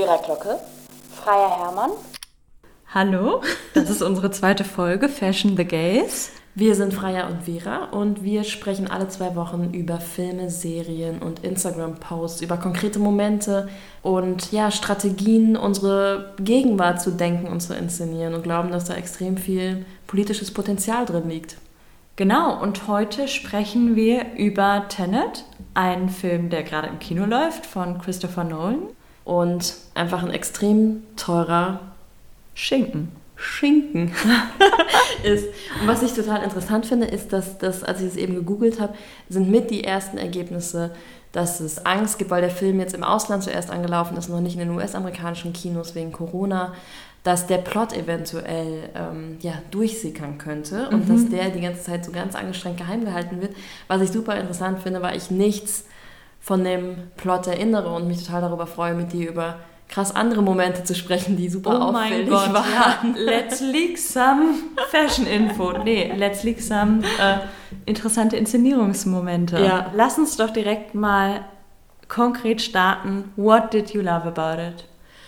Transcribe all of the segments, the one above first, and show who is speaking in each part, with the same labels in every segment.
Speaker 1: Vera-Glocke, Freya Herrmann.
Speaker 2: Hallo, das ist unsere zweite Folge Fashion the Gays.
Speaker 3: Wir sind Freya und Vera und wir sprechen alle 2 Wochen über Filme, Serien und Instagram-Posts, über konkrete Momente und ja, Strategien, unsere Gegenwart zu denken und zu inszenieren und glauben, dass da extrem viel politisches Potenzial drin liegt.
Speaker 2: Genau, und heute sprechen wir über Tenet, einen Film, der gerade im Kino läuft, von Christopher Nolan.
Speaker 3: Und einfach ein extrem teurer Schinken ist. Und was ich total interessant finde, ist, dass das, als ich es eben gegoogelt habe, sind mit die ersten Ergebnisse, dass es Angst gibt, weil der Film jetzt im Ausland zuerst angelaufen ist, noch nicht in den US-amerikanischen Kinos wegen Corona, dass der Plot eventuell durchsickern könnte und dass der die ganze Zeit so ganz angestrengt geheim gehalten wird. Was ich super interessant finde, weil ich nichts von dem Plot erinnere und mich total darüber freue, mit dir über krass andere Momente zu sprechen, die super auffällig waren.
Speaker 2: Ja, let's leak some Fashion-Info. Nee, let's leak some interessante Inszenierungsmomente.
Speaker 3: Ja.
Speaker 2: Lass uns doch direkt mal konkret starten. What did you love about it?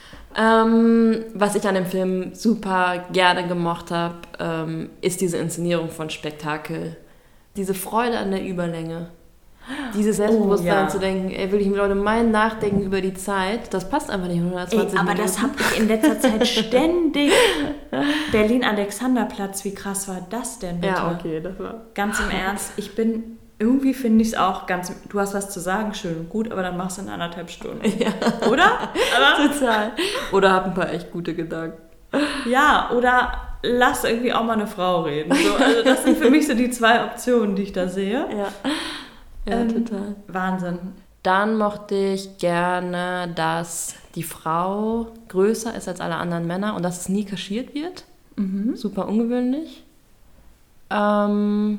Speaker 3: Was ich an dem Film super gerne gemocht habe, ist diese Inszenierung von Spektakel. Diese Freude an der Überlänge. Dieses Selbstbewusstsein zu denken, wirklich Leute, mein Nachdenken über die Zeit, das passt einfach nicht 120
Speaker 2: aber
Speaker 3: Minuten.
Speaker 2: das habe ich in letzter Zeit ständig. Berlin-Alexanderplatz, wie krass war das denn bitte?
Speaker 3: Ja, okay, das war...
Speaker 2: Ganz im Ernst, irgendwie finde ich es auch du hast was zu sagen, schön und gut, aber dann machst du in 1,5 Stunden.
Speaker 3: Ja.
Speaker 2: Oder?
Speaker 3: Total. Oder hab ein paar echt gute Gedanken.
Speaker 2: Ja, oder lass irgendwie auch mal eine Frau reden. So, also das sind für mich so die 2 Optionen, die ich da sehe.
Speaker 3: Ja, total.
Speaker 2: Wahnsinn.
Speaker 3: Dann mochte ich gerne, dass die Frau größer ist als alle anderen Männer und dass es nie kaschiert wird. Super ungewöhnlich.
Speaker 2: Aber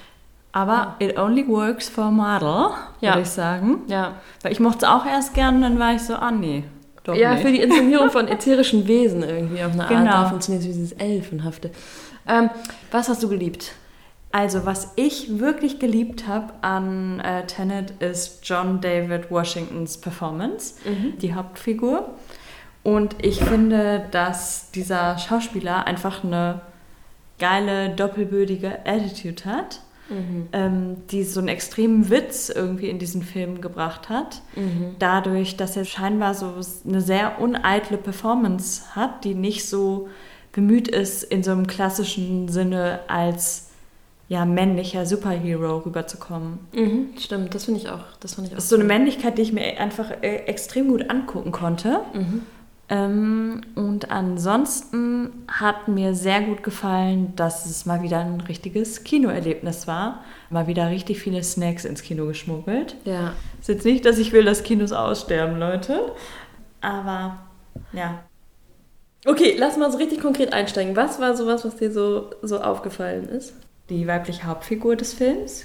Speaker 2: it only works for a model, würde ich sagen.
Speaker 3: Ja.
Speaker 2: Weil ich mochte es auch erst gerne, dann war ich so, nee, doch nicht.
Speaker 3: Für die Inszenierung von ätherischen Wesen irgendwie auf eine Art. Da funktioniert es wie dieses Elfenhafte. Was hast du geliebt?
Speaker 2: Also, was ich wirklich geliebt habe an Tenet ist John David Washingtons Performance, die Hauptfigur. Und ich finde, dass dieser Schauspieler einfach eine geile, doppelbödige Attitude hat, die so einen extremen Witz irgendwie in diesen Film gebracht hat. Dadurch, dass er scheinbar so eine sehr uneitle Performance hat, die nicht so bemüht ist, in so einem klassischen Sinne als männlicher Superhero rüberzukommen.
Speaker 3: Stimmt, das finde ich auch. Das
Speaker 2: ist so eine Männlichkeit, die ich mir einfach extrem gut angucken konnte. Und ansonsten hat mir sehr gut gefallen, dass es mal wieder ein richtiges Kinoerlebnis war. Mal wieder richtig viele Snacks ins Kino geschmuggelt.
Speaker 3: Ja.
Speaker 2: Ist jetzt nicht, dass ich will, dass Kinos aussterben, Leute. Aber, ja.
Speaker 3: Okay, lass mal so richtig konkret einsteigen. Was war sowas, was dir so aufgefallen ist?
Speaker 2: Die weibliche Hauptfigur des Films.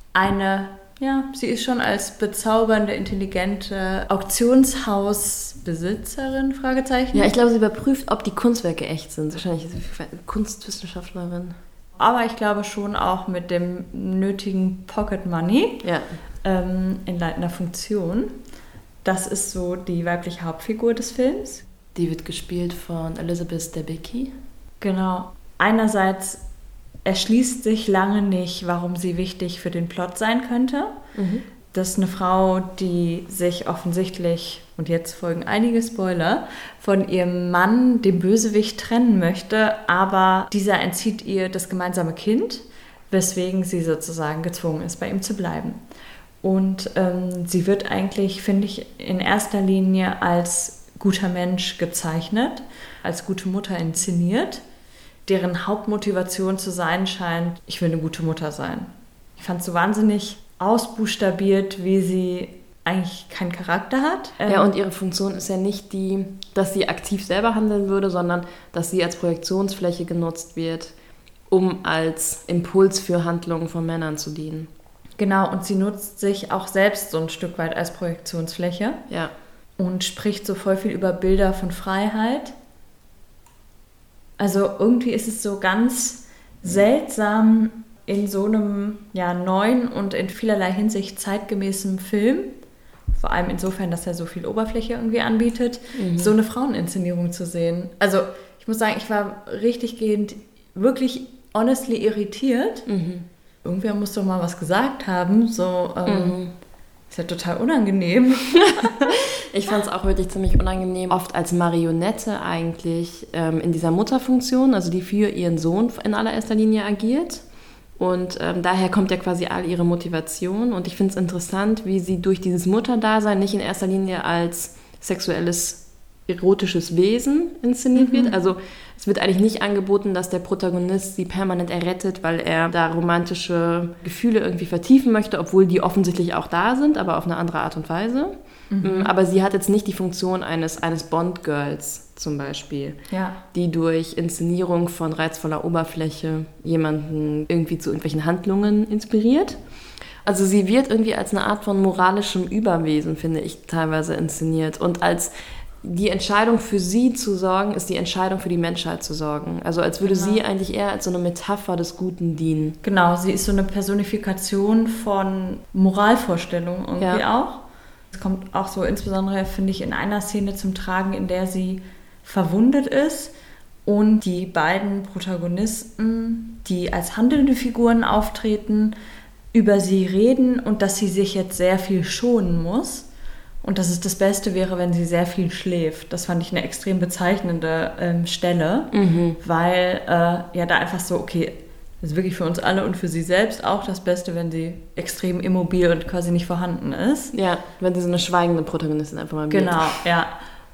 Speaker 2: Sie ist schon als bezaubernde, intelligente Auktionshausbesitzerin, Fragezeichen.
Speaker 3: Ja, ich glaube, sie überprüft, ob die Kunstwerke echt sind. Wahrscheinlich ist sie Kunstwissenschaftlerin.
Speaker 2: Aber ich glaube schon auch mit dem nötigen Pocket Money in leitender Funktion. Das ist so die weibliche Hauptfigur des Films.
Speaker 3: Die wird gespielt von Elizabeth Debicki.
Speaker 2: Genau. Einerseits erschließt sich lange nicht, warum sie wichtig für den Plot sein könnte. Das ist eine Frau, die sich offensichtlich, und jetzt folgen einige Spoiler, von ihrem Mann, dem Bösewicht, trennen möchte, aber dieser entzieht ihr das gemeinsame Kind, weswegen sie sozusagen gezwungen ist, bei ihm zu bleiben. Und sie wird eigentlich, finde ich, in erster Linie als guter Mensch gezeichnet, als gute Mutter inszeniert, deren Hauptmotivation zu sein scheint, ich will eine gute Mutter sein. Ich fand es so wahnsinnig ausbuchstabiert, wie sie eigentlich keinen Charakter hat.
Speaker 3: Ja, und ihre Funktion ist ja nicht die, dass sie aktiv selber handeln würde, sondern dass sie als Projektionsfläche genutzt wird, um als Impuls für Handlungen von Männern zu dienen.
Speaker 2: Genau, und sie nutzt sich auch selbst so ein Stück weit als Projektionsfläche.
Speaker 3: Ja.
Speaker 2: Und spricht so voll viel über Bilder von Freiheit. Also irgendwie ist es so ganz seltsam, in so einem neuen und in vielerlei Hinsicht zeitgemäßen Film vor allem insofern, dass er so viel Oberfläche irgendwie anbietet, so eine Fraueninszenierung zu sehen. Also ich muss sagen, ich war richtiggehend wirklich honestly irritiert. Irgendwer muss doch mal was gesagt haben, so ist ja total unangenehm.
Speaker 3: Ich fand es auch wirklich ziemlich unangenehm, oft als Marionette eigentlich in dieser Mutterfunktion, also die für ihren Sohn in allererster Linie agiert. Und daher kommt ja quasi all ihre Motivation. Und ich finde es interessant, wie sie durch dieses Mutterdasein nicht in erster Linie als sexuelles, erotisches Wesen inszeniert wird. Also es wird eigentlich nicht angeboten, dass der Protagonist sie permanent errettet, weil er da romantische Gefühle irgendwie vertiefen möchte, obwohl die offensichtlich auch da sind, aber auf eine andere Art und Weise. Aber sie hat jetzt nicht die Funktion eines Bond-Girls zum Beispiel, die durch Inszenierung von reizvoller Oberfläche jemanden irgendwie zu irgendwelchen Handlungen inspiriert. Also sie wird irgendwie als eine Art von moralischem Überwesen, finde ich, teilweise inszeniert. Und als die Entscheidung für sie zu sorgen, ist die Entscheidung für die Menschheit zu sorgen. Also als würde sie eigentlich eher als so eine Metapher des Guten dienen.
Speaker 2: Genau, sie ist so eine Personifikation von Moralvorstellungen irgendwie auch. Es kommt auch so insbesondere, finde ich, in einer Szene zum Tragen, in der sie verwundet ist und die beiden Protagonisten, die als handelnde Figuren auftreten, über sie reden und dass sie sich jetzt sehr viel schonen muss und dass es das Beste wäre, wenn sie sehr viel schläft. Das fand ich eine extrem bezeichnende Stelle, weil da einfach so, okay, das ist wirklich für uns alle und für sie selbst auch das Beste, wenn sie extrem immobil und quasi nicht vorhanden ist.
Speaker 3: Ja, wenn sie so eine schweigende Protagonistin einfach mal wird.
Speaker 2: Genau, ja.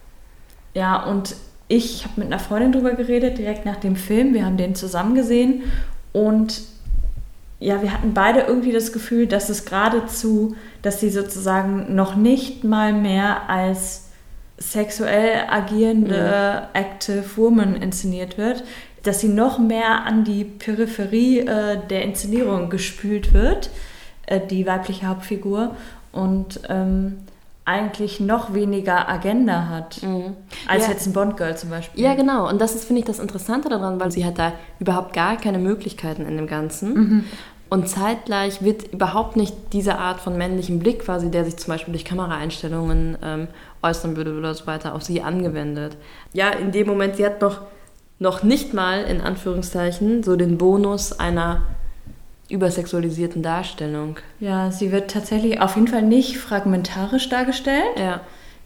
Speaker 2: Ja, und ich habe mit einer Freundin drüber geredet, direkt nach dem Film. Wir haben den zusammen gesehen und ja, wir hatten beide irgendwie das Gefühl, dass es geradezu, dass sie sozusagen noch nicht mal mehr als sexuell agierende Active Woman inszeniert wird, dass sie noch mehr an die Peripherie der Inszenierung gespült wird, die weibliche Hauptfigur, und eigentlich noch weniger Agenda hat, als jetzt ein Bond-Girl zum Beispiel.
Speaker 3: Ja, genau. Und das ist, finde ich, das Interessante daran, weil sie hat da überhaupt gar keine Möglichkeiten in dem Ganzen. Und zeitgleich wird überhaupt nicht diese Art von männlichem Blick quasi, der sich zum Beispiel durch Kameraeinstellungen äußern würde oder so weiter, auf sie angewendet. Ja, in dem Moment, sie hat noch nicht mal, in Anführungszeichen, so den Bonus einer übersexualisierten Darstellung.
Speaker 2: Ja, sie wird tatsächlich auf jeden Fall nicht fragmentarisch dargestellt.
Speaker 3: Ja.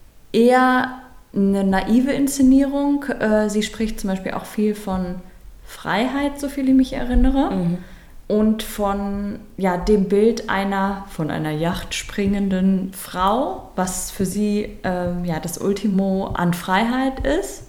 Speaker 2: Eher eine naive Inszenierung. Sie spricht zum Beispiel auch viel von Freiheit, so viel ich mich erinnere. Und von dem Bild von einer Yacht springenden Frau, was für sie das Ultimo an Freiheit ist.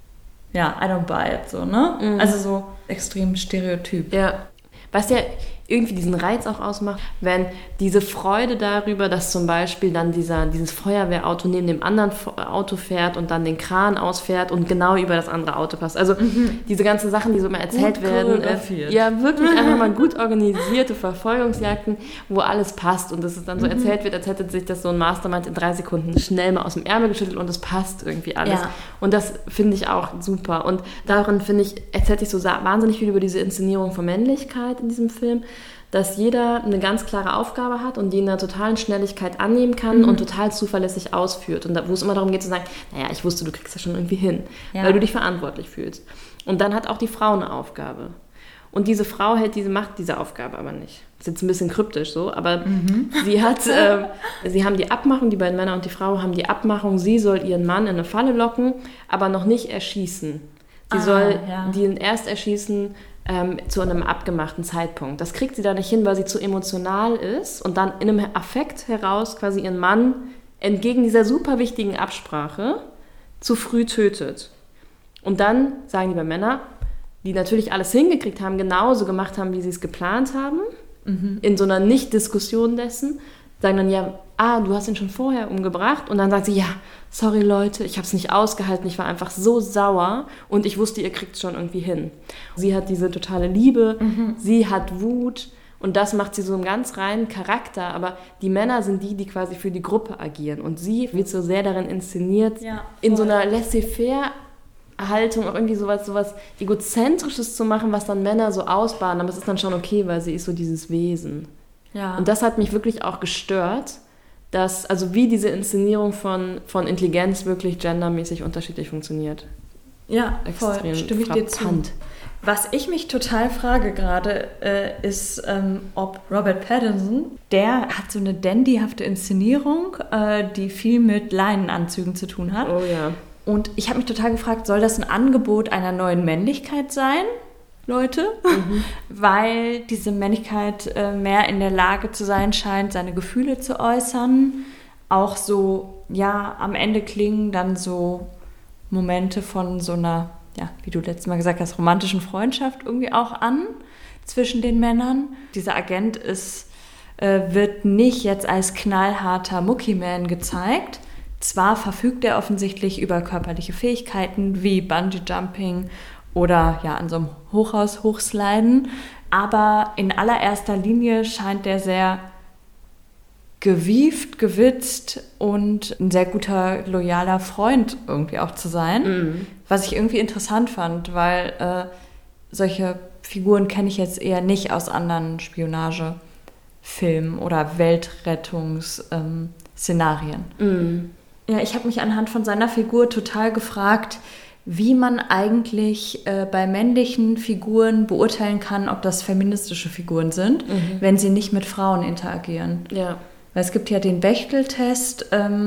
Speaker 2: Ja, I don't buy it, so, ne? Also so extrem stereotyp.
Speaker 3: Ja, was ja irgendwie diesen Reiz auch ausmacht, wenn diese Freude darüber, dass zum Beispiel dann dieses Feuerwehrauto neben dem anderen Auto fährt und dann den Kran ausfährt und genau über das andere Auto passt. Also diese ganzen Sachen, die so immer erzählt werden. Ja, wirklich einfach mal gut organisierte Verfolgungsjagden, wo alles passt und dass es dann so erzählt wird, als hätte sich das so ein Mastermind in 3 Sekunden schnell mal aus dem Ärmel geschüttelt und es passt irgendwie alles. Ja. Und das finde ich auch super. Und darin, finde ich, erzählt sich so wahnsinnig viel über diese Inszenierung von Männlichkeit in diesem Film, dass jeder eine ganz klare Aufgabe hat und die in einer totalen Schnelligkeit annehmen kann und total zuverlässig ausführt. Und wo es immer darum geht zu sagen, naja, ich wusste, du kriegst das schon irgendwie hin, weil du dich verantwortlich fühlst. Und dann hat auch die Frau eine Aufgabe. Und diese Frau macht diese Aufgabe aber nicht. Das ist jetzt ein bisschen kryptisch so, aber sie haben die Abmachung, die beiden Männer und die Frau haben die Abmachung, sie soll ihren Mann in eine Falle locken, aber noch nicht erschießen. Sie soll ihn erst erschießen, zu einem abgemachten Zeitpunkt. Das kriegt sie da nicht hin, weil sie zu emotional ist und dann in einem Affekt heraus quasi ihren Mann entgegen dieser super wichtigen Absprache zu früh tötet. Und dann sagen die bei Männern, die natürlich alles hingekriegt haben, genauso gemacht haben, wie sie es geplant haben, in so einer Nicht-Diskussion dessen, sagen dann, du hast ihn schon vorher umgebracht. Und dann sagt sie, ja, sorry Leute, ich habe es nicht ausgehalten, ich war einfach so sauer und ich wusste, ihr kriegt es schon irgendwie hin. Sie hat diese totale Liebe, sie hat Wut und das macht sie so einen ganz reinen Charakter, aber die Männer sind die quasi für die Gruppe agieren und sie wird so sehr darin inszeniert, in so einer laissez-faire-Haltung auch irgendwie sowas Egozentrisches zu machen, was dann Männer so ausbaden, aber es ist dann schon okay, weil sie ist so dieses Wesen. Ja. Und das hat mich wirklich auch gestört, also wie diese Inszenierung von Intelligenz wirklich gendermäßig unterschiedlich funktioniert.
Speaker 2: Ja, voll,
Speaker 3: Extrem
Speaker 2: stimme ich dir zu.
Speaker 3: frappant.
Speaker 2: Was ich mich total frage gerade, ist, ob Robert Pattinson, der hat so eine dandyhafte Inszenierung, die viel mit Leinenanzügen zu tun hat.
Speaker 3: Oh ja.
Speaker 2: Und ich habe mich total gefragt, soll das ein Angebot einer neuen Männlichkeit sein, Leute? Weil diese Männlichkeit mehr in der Lage zu sein scheint, seine Gefühle zu äußern. Auch so, ja, am Ende klingen dann so Momente von so einer, ja, wie du letztes Mal gesagt hast, romantischen Freundschaft irgendwie auch an zwischen den Männern. Dieser Agent wird nicht jetzt als knallharter Muckiman gezeigt. Zwar verfügt er offensichtlich über körperliche Fähigkeiten wie Bungee-Jumping oder ja an so einem Hochhaus hochsliden, aber in allererster Linie scheint er sehr gewieft, gewitzt und ein sehr guter, loyaler Freund irgendwie auch zu sein. Was ich irgendwie interessant fand, weil solche Figuren kenne ich jetzt eher nicht aus anderen Spionagefilmen oder Weltrettungsszenarien. Ja, ich habe mich anhand von seiner Figur total gefragt, wie man eigentlich bei männlichen Figuren beurteilen kann, ob das feministische Figuren sind, wenn sie nicht mit Frauen interagieren.
Speaker 3: Ja.
Speaker 2: Weil es gibt ja den Bechdel-Test,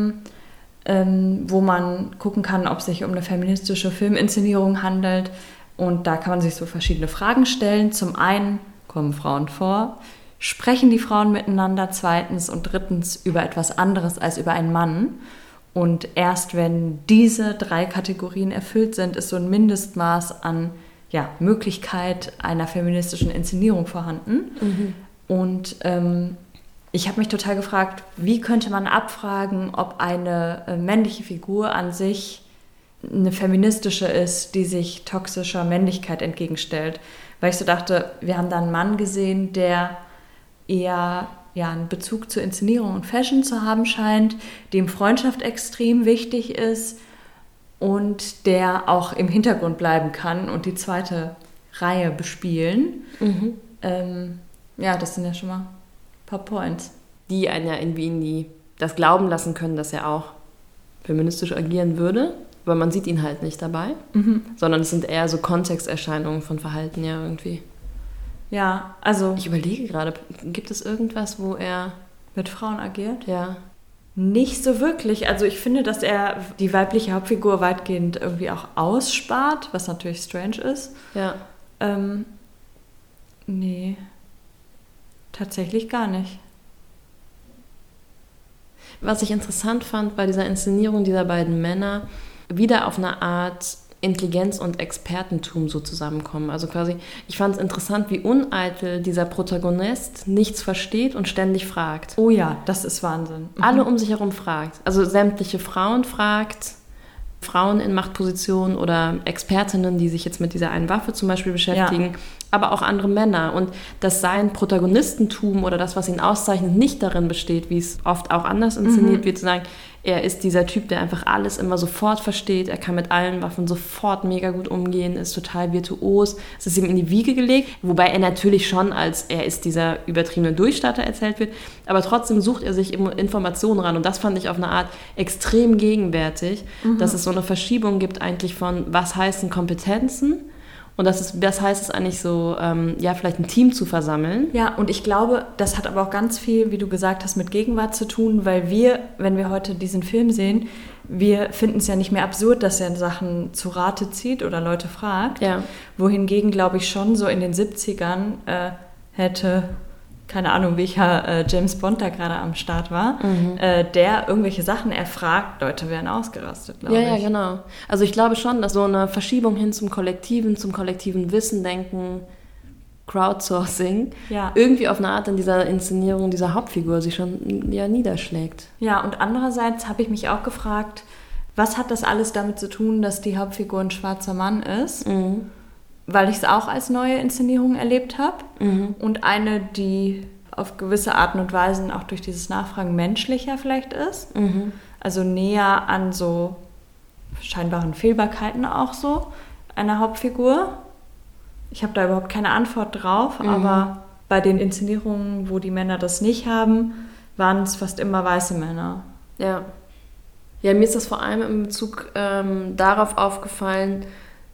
Speaker 2: wo man gucken kann, ob es sich um eine feministische Filminszenierung handelt. Und da kann man sich so verschiedene Fragen stellen. Zum einen, kommen Frauen vor? Sprechen die Frauen miteinander? Zweitens und drittens über etwas anderes als über einen Mann? Und erst wenn diese 3 Kategorien erfüllt sind, ist so ein Mindestmaß an Möglichkeit einer feministischen Inszenierung vorhanden. Und ich habe mich total gefragt, wie könnte man abfragen, ob eine männliche Figur an sich eine feministische ist, die sich toxischer Männlichkeit entgegenstellt. Weil ich so dachte, wir haben da einen Mann gesehen, der eher einen Bezug zur Inszenierung und Fashion zu haben scheint, dem Freundschaft extrem wichtig ist und der auch im Hintergrund bleiben kann und die zweite Reihe bespielen. Das sind ja schon mal ein paar Points.
Speaker 3: Die einen ja irgendwie das glauben lassen können, dass er auch feministisch agieren würde, aber man sieht ihn halt nicht dabei, sondern es sind eher so Kontexterscheinungen von Verhalten ja irgendwie.
Speaker 2: Ja, also...
Speaker 3: Ich überlege gerade, gibt es irgendwas, wo er...
Speaker 2: mit Frauen agiert?
Speaker 3: Ja.
Speaker 2: Nicht so wirklich. Also ich finde, dass er die weibliche Hauptfigur weitgehend irgendwie auch ausspart, was natürlich strange ist.
Speaker 3: Ja.
Speaker 2: Nee, tatsächlich gar nicht.
Speaker 3: Was ich interessant fand bei dieser Inszenierung dieser beiden Männer, wieder auf eine Art Intelligenz und Expertentum so zusammenkommen. Also quasi, ich fand es interessant, wie uneitel dieser Protagonist nichts versteht und ständig fragt.
Speaker 2: Oh ja, das ist Wahnsinn.
Speaker 3: Alle um sich herum fragt. Also sämtliche Frauen fragt, Frauen in Machtpositionen oder Expertinnen, die sich jetzt mit dieser einen Waffe zum Beispiel beschäftigen, aber auch andere Männer. Und dass sein Protagonistentum oder das, was ihn auszeichnet, nicht darin besteht, wie es oft auch anders inszeniert wird, zu sagen, er ist dieser Typ, der einfach alles immer sofort versteht, er kann mit allen Waffen sofort mega gut umgehen, ist total virtuos, es ist ihm in die Wiege gelegt, wobei er natürlich schon als, er ist dieser übertriebene Durchstarter erzählt wird, aber trotzdem sucht er sich Informationen ran und das fand ich auf eine Art extrem gegenwärtig, dass es so eine Verschiebung gibt eigentlich von, was heißen Kompetenzen und das heißt es eigentlich so, vielleicht ein Team zu versammeln.
Speaker 2: Ja, und ich glaube, das hat aber auch ganz viel, wie du gesagt hast, mit Gegenwart zu tun, weil wenn wir heute diesen Film sehen, wir finden es ja nicht mehr absurd, dass er Sachen zu Rate zieht oder Leute fragt.
Speaker 3: Ja.
Speaker 2: Wohingegen, glaube ich, schon so in den 70ern hätte, keine Ahnung, welcher James Bond da gerade am Start war, der irgendwelche Sachen erfragt, Leute wären ausgerastet, glaube ich.
Speaker 3: Ja, genau. Also ich glaube schon, dass so eine Verschiebung hin zum kollektiven Wissen, Denken, Crowdsourcing, irgendwie auf eine Art in dieser Inszenierung dieser Hauptfigur sich schon niederschlägt.
Speaker 2: Ja, und andererseits habe ich mich auch gefragt, was hat das alles damit zu tun, dass die Hauptfigur ein schwarzer Mann ist? Weil ich es auch als neue Inszenierung erlebt habe und eine, die auf gewisse Arten und Weisen auch durch dieses Nachfragen menschlicher vielleicht ist. Also näher an so scheinbaren Fehlbarkeiten auch so einer Hauptfigur. Ich habe da überhaupt keine Antwort drauf, aber bei den Inszenierungen, wo die Männer das nicht haben, waren es fast immer weiße Männer.
Speaker 3: Ja. Ja, mir ist das vor allem in Bezug darauf aufgefallen,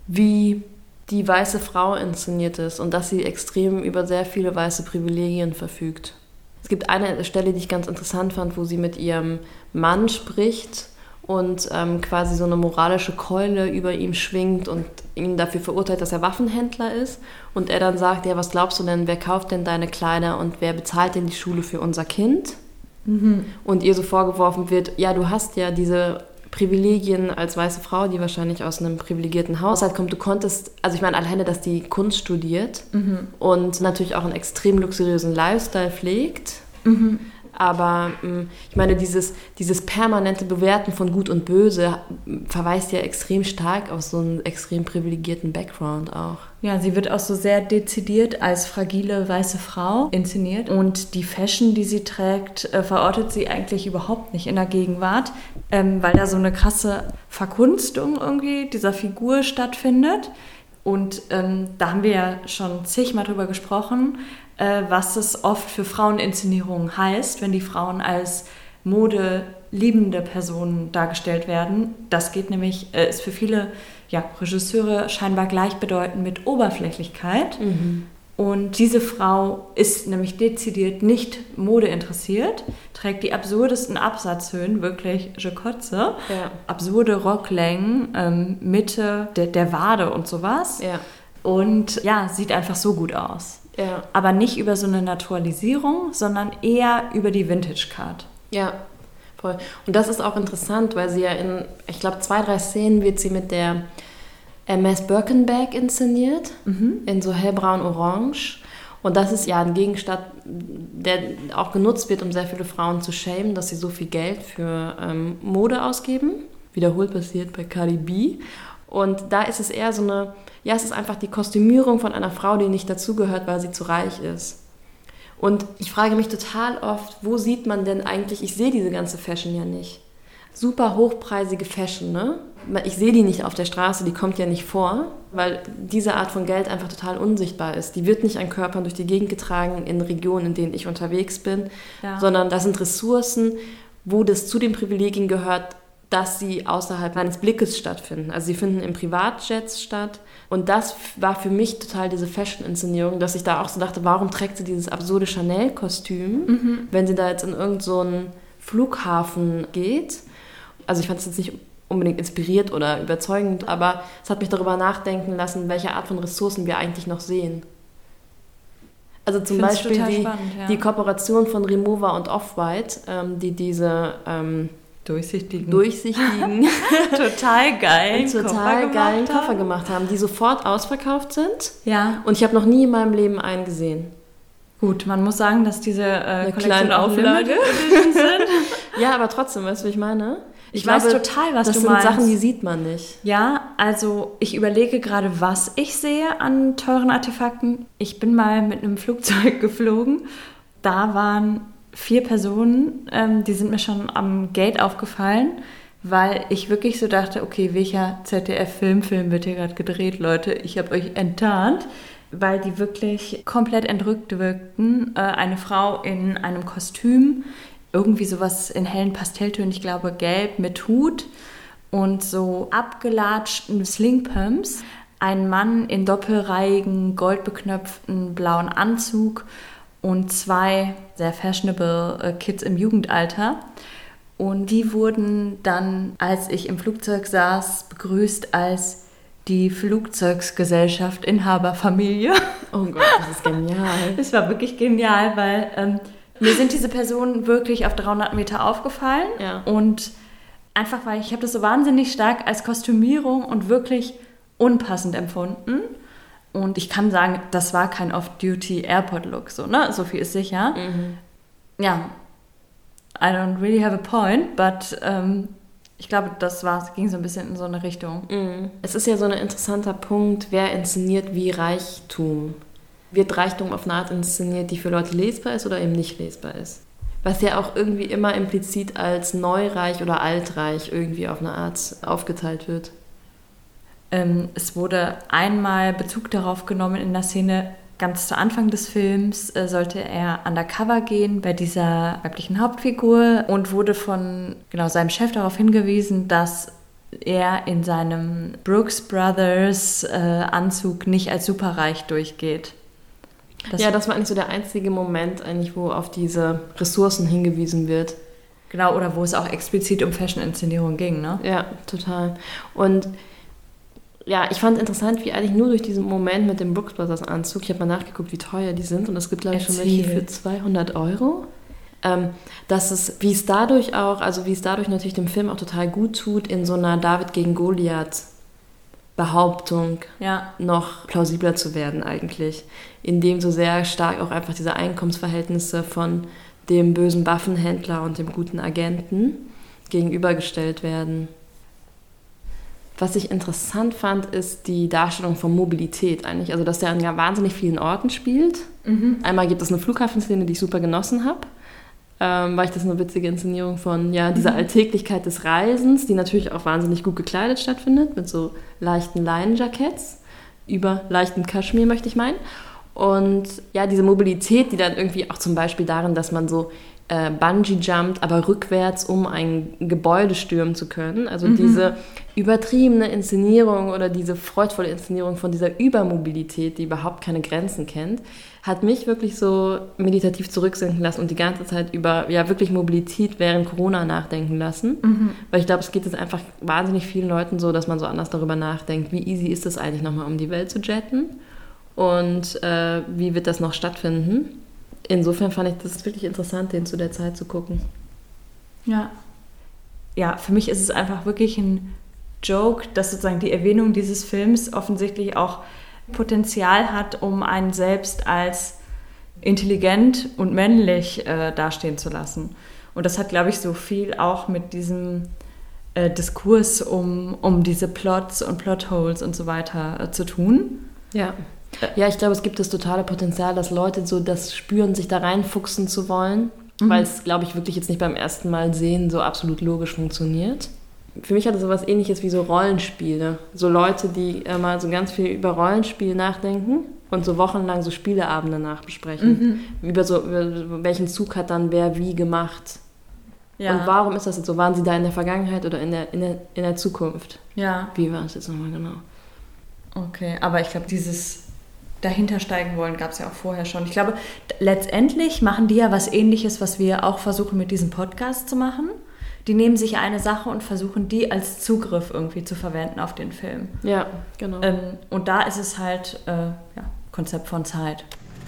Speaker 3: wie die weiße Frau inszeniert ist und dass sie extrem über sehr viele weiße Privilegien verfügt. Es gibt eine Stelle, die ich ganz interessant fand, wo sie mit ihrem Mann spricht und quasi so eine moralische Keule über ihm schwingt und ihn dafür verurteilt, dass er Waffenhändler ist. Und er dann sagt, ja, was glaubst du denn, wer kauft denn deine Kleider und wer bezahlt denn die Schule für unser Kind? Mhm. Und ihr so vorgeworfen wird, ja, du hast ja diese Privilegien als weiße Frau, die wahrscheinlich aus einem privilegierten Haushalt kommt. Du konntest, also ich meine, alleine, dass die Kunst studiert und natürlich auch einen extrem luxuriösen Lifestyle pflegt. Mhm. Aber ich meine, dieses permanente Bewerten von Gut und Böse verweist ja extrem stark auf so einen extrem privilegierten Background auch.
Speaker 2: Ja, sie wird auch so sehr dezidiert als fragile weiße Frau inszeniert. Und die Fashion, die sie trägt, verortet sie eigentlich überhaupt nicht in der Gegenwart, weil da so eine krasse Verkunstung irgendwie dieser Figur stattfindet. Und da haben wir ja schon zigmal drüber gesprochen, was es oft für Fraueninszenierungen heißt, wenn die Frauen als modeliebende Personen dargestellt werden. Das geht nämlich, ist für viele Regisseure scheinbar gleichbedeutend mit Oberflächlichkeit. Mhm. Und diese Frau ist nämlich dezidiert nicht modeinteressiert, trägt die absurdesten Absatzhöhen, wirklich, je kotze, absurde Rocklängen, Mitte der Wade und sowas. Ja. Und sieht einfach so gut aus. Ja. Aber nicht über so eine Naturalisierung, sondern eher über die Vintage-Card.
Speaker 3: Ja, voll. Und das ist auch interessant, weil sie ja ich glaube, 2-3 Szenen wird sie mit der Ms. Birkenbag inszeniert, in so hellbraun-orange. Und das ist ja ein Gegenstand, der auch genutzt wird, um sehr viele Frauen zu shamen, dass sie so viel Geld für Mode ausgeben. Wiederholt passiert bei Cardi B. Und da ist es eher so eine, es ist einfach die Kostümierung von einer Frau, die nicht dazugehört, weil sie zu reich ist. Und ich frage mich total oft, wo sieht man denn eigentlich, ich sehe diese ganze Fashion ja nicht. Super hochpreisige Fashion, ne? Ich sehe die nicht auf der Straße, die kommt ja nicht vor, weil diese Art von Geld einfach total unsichtbar ist. Die wird nicht an Körpern durch die Gegend getragen in Regionen, in denen ich unterwegs bin, sondern das sind Ressourcen, wo das zu den Privilegien gehört, dass sie außerhalb meines Blickes stattfinden. Also sie finden in Privatjets statt. Und das war für mich total diese Fashion-Inszenierung, dass ich da auch so dachte, warum trägt sie dieses absurde Chanel-Kostüm, wenn sie da jetzt in irgend so einen Flughafen geht. Also ich fand es jetzt nicht unbedingt inspiriert oder überzeugend, aber es hat mich darüber nachdenken lassen, welche Art von Ressourcen wir eigentlich noch sehen. Also zum Beispiel die Kooperation von Rimowa und Off-White, die diese durchsichtigen
Speaker 2: total geilen
Speaker 3: Koffer gemacht haben, die sofort ausverkauft sind. Ja. Und ich habe noch nie in meinem Leben einen gesehen.
Speaker 2: Gut, man muss sagen, dass diese Kollektion Auflage sind.
Speaker 3: Ja, aber trotzdem, weißt du, wie ich meine?
Speaker 2: Ich weiß total, was du meinst.
Speaker 3: Das sind Sachen, die sieht man nicht.
Speaker 2: Ja, also ich überlege gerade, was ich sehe an teuren Artefakten. Ich bin mal mit einem Flugzeug geflogen. Da waren 4 Personen, die sind mir schon am Gate aufgefallen, weil ich wirklich so dachte, okay, welcher ZDF-Film wird hier gerade gedreht, Leute? Ich habe euch enttarnt, weil die wirklich komplett entrückt wirkten. Eine Frau in einem Kostüm, irgendwie sowas in hellen Pastelltönen, ich glaube gelb mit Hut und so abgelatschten Slingpumps. Ein Mann in doppelreihigen, goldbeknöpften blauen Anzug und 2 sehr fashionable Kids im Jugendalter. Und die wurden dann, als ich im Flugzeug saß, begrüßt als die Flugzeugsgesellschaft Inhaberfamilie.
Speaker 3: Oh Gott, das ist genial.
Speaker 2: Das war wirklich genial, weil mir sind diese Personen wirklich auf 300 Meter aufgefallen. Ja. Und einfach, weil ich habe das so wahnsinnig stark als Kostümierung und wirklich unpassend empfunden. Und ich kann sagen, das war kein Off-Duty-Airport-Look, so, ne? So viel ist sicher. Mhm. Ja, I don't really have a point, but ich glaube, ging so ein bisschen in so eine Richtung.
Speaker 3: Mhm. Es ist ja so ein interessanter Punkt, wer inszeniert wie Reichtum. Wird Reichtum auf eine Art inszeniert, die für Leute lesbar ist oder eben nicht lesbar ist? Was ja auch irgendwie immer implizit als neureich oder altreich irgendwie auf eine Art aufgeteilt wird.
Speaker 2: Es wurde einmal Bezug darauf genommen in der Szene, ganz zu Anfang des Films sollte er undercover gehen bei dieser weiblichen Hauptfigur und wurde von seinem Chef darauf hingewiesen, dass er in seinem Brooks Brothers Anzug nicht als superreich durchgeht.
Speaker 3: Das war eigentlich so der einzige Moment, eigentlich, wo auf diese Ressourcen hingewiesen wird.
Speaker 2: Genau, oder wo es auch explizit um Fashion-Inszenierung ging, ne?
Speaker 3: Ja, total. Und ja, ich fand interessant, wie eigentlich nur durch diesen Moment mit dem Brooks Brothers Anzug, ich habe mal nachgeguckt, wie teuer die sind und es gibt, glaube ich, schon welche für 200 €. Wie es dadurch natürlich dem Film auch total gut tut, in so einer David gegen Goliath Behauptung noch plausibler zu werden eigentlich, indem so sehr stark auch einfach diese Einkommensverhältnisse von dem bösen Waffenhändler und dem guten Agenten gegenübergestellt werden. Was ich interessant fand, ist die Darstellung von Mobilität eigentlich. Also, dass der an wahnsinnig vielen Orten spielt. Mhm. Einmal gibt es eine Flughafenszene, die ich super genossen habe, weil ich das eine witzige Inszenierung von dieser Alltäglichkeit des Reisens, die natürlich auch wahnsinnig gut gekleidet stattfindet, mit so leichten Leinenjacketts, über leichten Kaschmir, möchte ich meinen. Und ja, diese Mobilität, die dann irgendwie auch zum Beispiel darin, dass man so Bungee-jumpt, aber rückwärts, um ein Gebäude stürmen zu können. Also diese übertriebene Inszenierung oder diese freudvolle Inszenierung von dieser Übermobilität, die überhaupt keine Grenzen kennt, hat mich wirklich so meditativ zurücksinken lassen und die ganze Zeit über wirklich Mobilität während Corona nachdenken lassen. Mhm. Weil ich glaube, es geht jetzt einfach wahnsinnig vielen Leuten so, dass man so anders darüber nachdenkt, wie easy ist es eigentlich nochmal um die Welt zu jetten und wie wird das noch stattfinden. Insofern fand ich das wirklich interessant, den zu der Zeit zu gucken.
Speaker 2: Ja. Ja, für mich ist es einfach wirklich ein Joke, dass sozusagen die Erwähnung dieses Films offensichtlich auch Potenzial hat, um einen selbst als intelligent und männlich dastehen zu lassen. Und das hat, glaube ich, so viel auch mit diesem Diskurs um diese Plots und Plotholes und so weiter zu tun.
Speaker 3: Ja. Ja, ich glaube, es gibt das totale Potenzial, dass Leute so das spüren, sich da reinfuchsen zu wollen, weil es, glaube ich, wirklich jetzt nicht beim ersten Mal sehen so absolut logisch funktioniert. Für mich hat es so was Ähnliches wie so Rollenspiele. So Leute, die mal so ganz viel über Rollenspiel nachdenken und so wochenlang so Spieleabende nachbesprechen. Über welchen Zug hat dann wer wie gemacht. Ja. Und warum ist das jetzt so? Waren sie da in der Vergangenheit oder in der Zukunft?
Speaker 2: Ja.
Speaker 3: Wie war es jetzt nochmal genau?
Speaker 2: Okay, aber ich glaube, dieses dahinter steigen wollen gab es ja auch vorher schon. Ich glaube, letztendlich machen die ja was Ähnliches, was wir auch versuchen mit diesem Podcast zu machen. Die nehmen sich eine Sache und versuchen, die als Zugriff irgendwie zu verwenden auf den Film.
Speaker 3: Ja, genau.
Speaker 2: Und da ist es halt Konzept von Zeit.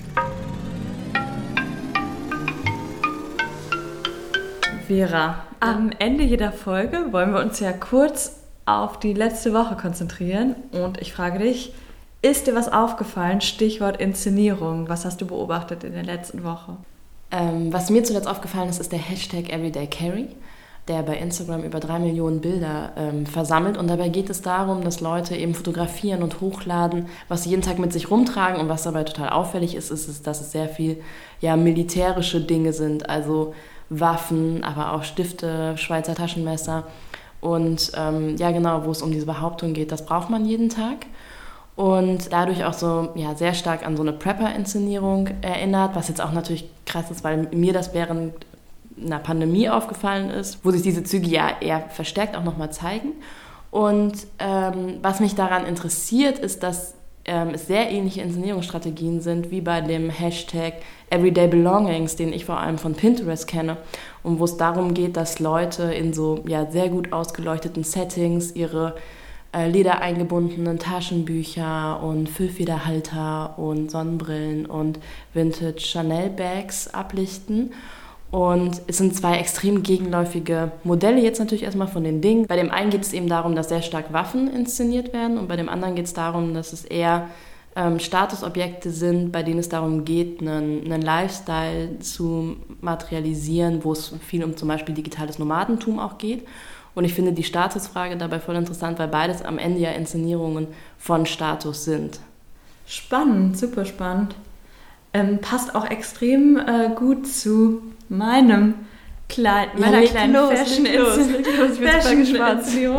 Speaker 2: Vera, am Ende jeder Folge wollen wir uns ja kurz auf die letzte Woche konzentrieren. Und ich frage dich, ist dir was aufgefallen? Stichwort Inszenierung. Was hast du beobachtet in der letzten Woche?
Speaker 3: Was mir zuletzt aufgefallen ist, ist der Hashtag EverydayCarry, der bei Instagram über 3 Millionen Bilder versammelt. Und dabei geht es darum, dass Leute eben fotografieren und hochladen, was sie jeden Tag mit sich rumtragen. Und was dabei total auffällig ist, dass es sehr viel militärische Dinge sind. Also Waffen, aber auch Stifte, Schweizer Taschenmesser. Und wo es um diese Behauptung geht, das braucht man jeden Tag. Und dadurch auch so sehr stark an so eine Prepper-Inszenierung erinnert, was jetzt auch natürlich krass ist, weil mir das während einer Pandemie aufgefallen ist, wo sich diese Züge ja eher verstärkt auch nochmal zeigen. Und was mich daran interessiert, ist, dass es sehr ähnliche Inszenierungsstrategien sind wie bei dem Hashtag Everyday Belongings, den ich vor allem von Pinterest kenne und wo es darum geht, dass Leute in so sehr gut ausgeleuchteten Settings ihre ledereingebundenen Taschenbücher und Füllfederhalter und Sonnenbrillen und Vintage Chanel-Bags ablichten. Und es sind 2 extrem gegenläufige Modelle jetzt natürlich erstmal von den Dingen. Bei dem einen geht es eben darum, dass sehr stark Waffen inszeniert werden und bei dem anderen geht es darum, dass es eher Statusobjekte sind, bei denen es darum geht, einen Lifestyle zu materialisieren, wo es viel um zum Beispiel digitales Nomadentum auch geht. Und ich finde die Statusfrage dabei voll interessant, weil beides am Ende ja Inszenierungen von Status sind.
Speaker 2: Spannend, super spannend. Passt auch extrem gut zu meiner kleinen Fashion-Inszenierung.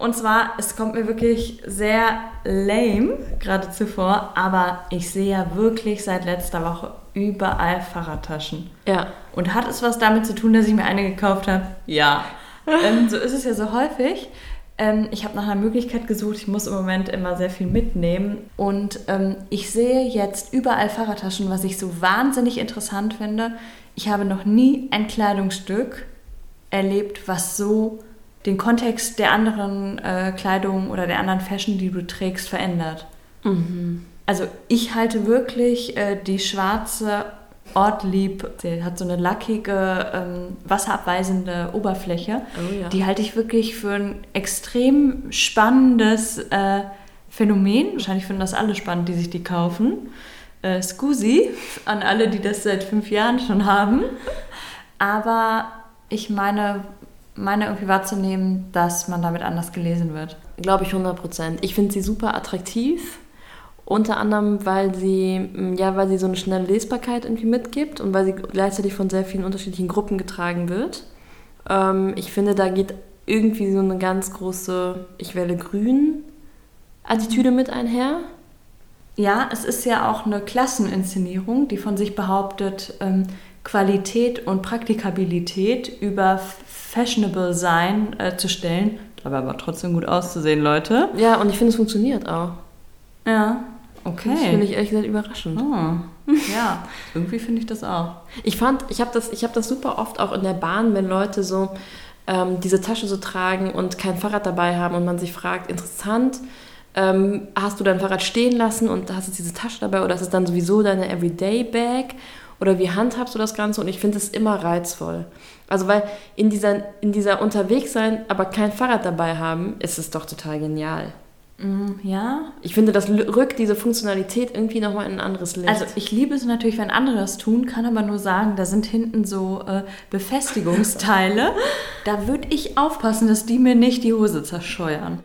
Speaker 2: Und zwar, es kommt mir wirklich sehr lame geradezu vor, aber ich sehe ja wirklich seit letzter Woche überall Fahrradtaschen.
Speaker 3: Ja.
Speaker 2: Und hat es was damit zu tun, dass ich mir eine gekauft habe? Ja. So ist es ja so häufig. Ich habe nach einer Möglichkeit gesucht, ich muss im Moment immer sehr viel mitnehmen. Und ich sehe jetzt überall Fahrradtaschen, was ich so wahnsinnig interessant finde. Ich habe noch nie ein Kleidungsstück erlebt, was so den Kontext der anderen Kleidung oder der anderen Fashion, die du trägst, verändert. Mhm. Also ich halte wirklich die schwarze Ortlieb, sie hat so eine lackige, wasserabweisende Oberfläche. Oh ja. Die halte ich wirklich für ein extrem spannendes Phänomen. Wahrscheinlich finden das alle spannend, die sich die kaufen. Scusi an alle, die das seit 5 Jahren schon haben. Aber ich meine irgendwie wahrzunehmen, dass man damit anders gelesen wird.
Speaker 3: Glaube ich 100%. Ich finde sie super attraktiv. Unter anderem, weil sie so eine schnelle Lesbarkeit irgendwie mitgibt und weil sie gleichzeitig von sehr vielen unterschiedlichen Gruppen getragen wird. Ich finde, da geht irgendwie so eine ganz große Ich wähle grün Attitüde mit einher.
Speaker 2: Ja, es ist ja auch eine Klasseninszenierung, die von sich behauptet, Qualität und Praktikabilität über Fashionable sein zu stellen, dabei aber trotzdem gut auszusehen, Leute.
Speaker 3: Ja, und ich finde, es funktioniert auch.
Speaker 2: Ja, okay.
Speaker 3: Das finde ich ehrlich gesagt überraschend.
Speaker 2: Oh. Ja, irgendwie finde ich das auch.
Speaker 3: Ich habe das super oft auch in der Bahn, wenn Leute so diese Tasche so tragen und kein Fahrrad dabei haben und man sich fragt, interessant, hast du dein Fahrrad stehen lassen und hast jetzt diese Tasche dabei oder ist es dann sowieso deine Everyday-Bag oder wie handhabst du das Ganze? Und ich finde es immer reizvoll. Also weil in dieser Unterwegssein, aber kein Fahrrad dabei haben, ist es doch total genial.
Speaker 2: Ja.
Speaker 3: Ich finde, das rückt diese Funktionalität irgendwie nochmal in ein anderes Licht.
Speaker 2: Also ich liebe es natürlich, wenn andere das tun, kann aber nur sagen, da sind hinten so Befestigungsteile. Da würde ich aufpassen, dass die mir nicht die Hose zerscheuern.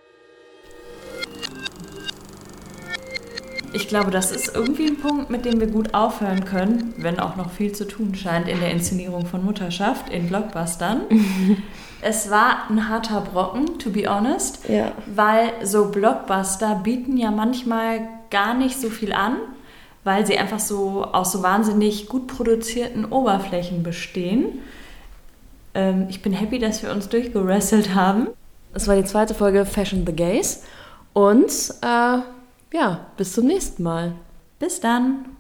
Speaker 2: Ich glaube, das ist irgendwie ein Punkt, mit dem wir gut aufhören können, wenn auch noch viel zu tun scheint in der Inszenierung von Mutterschaft in Blockbustern. Es war ein harter Brocken, to be honest, ja. Weil so Blockbuster bieten ja manchmal gar nicht so viel an, weil sie einfach so aus so wahnsinnig gut produzierten Oberflächen bestehen. Ich bin happy, dass wir uns durchgerasselt haben.
Speaker 3: Das war die 2. Folge Fashion the Gays und bis zum nächsten Mal.
Speaker 2: Bis dann.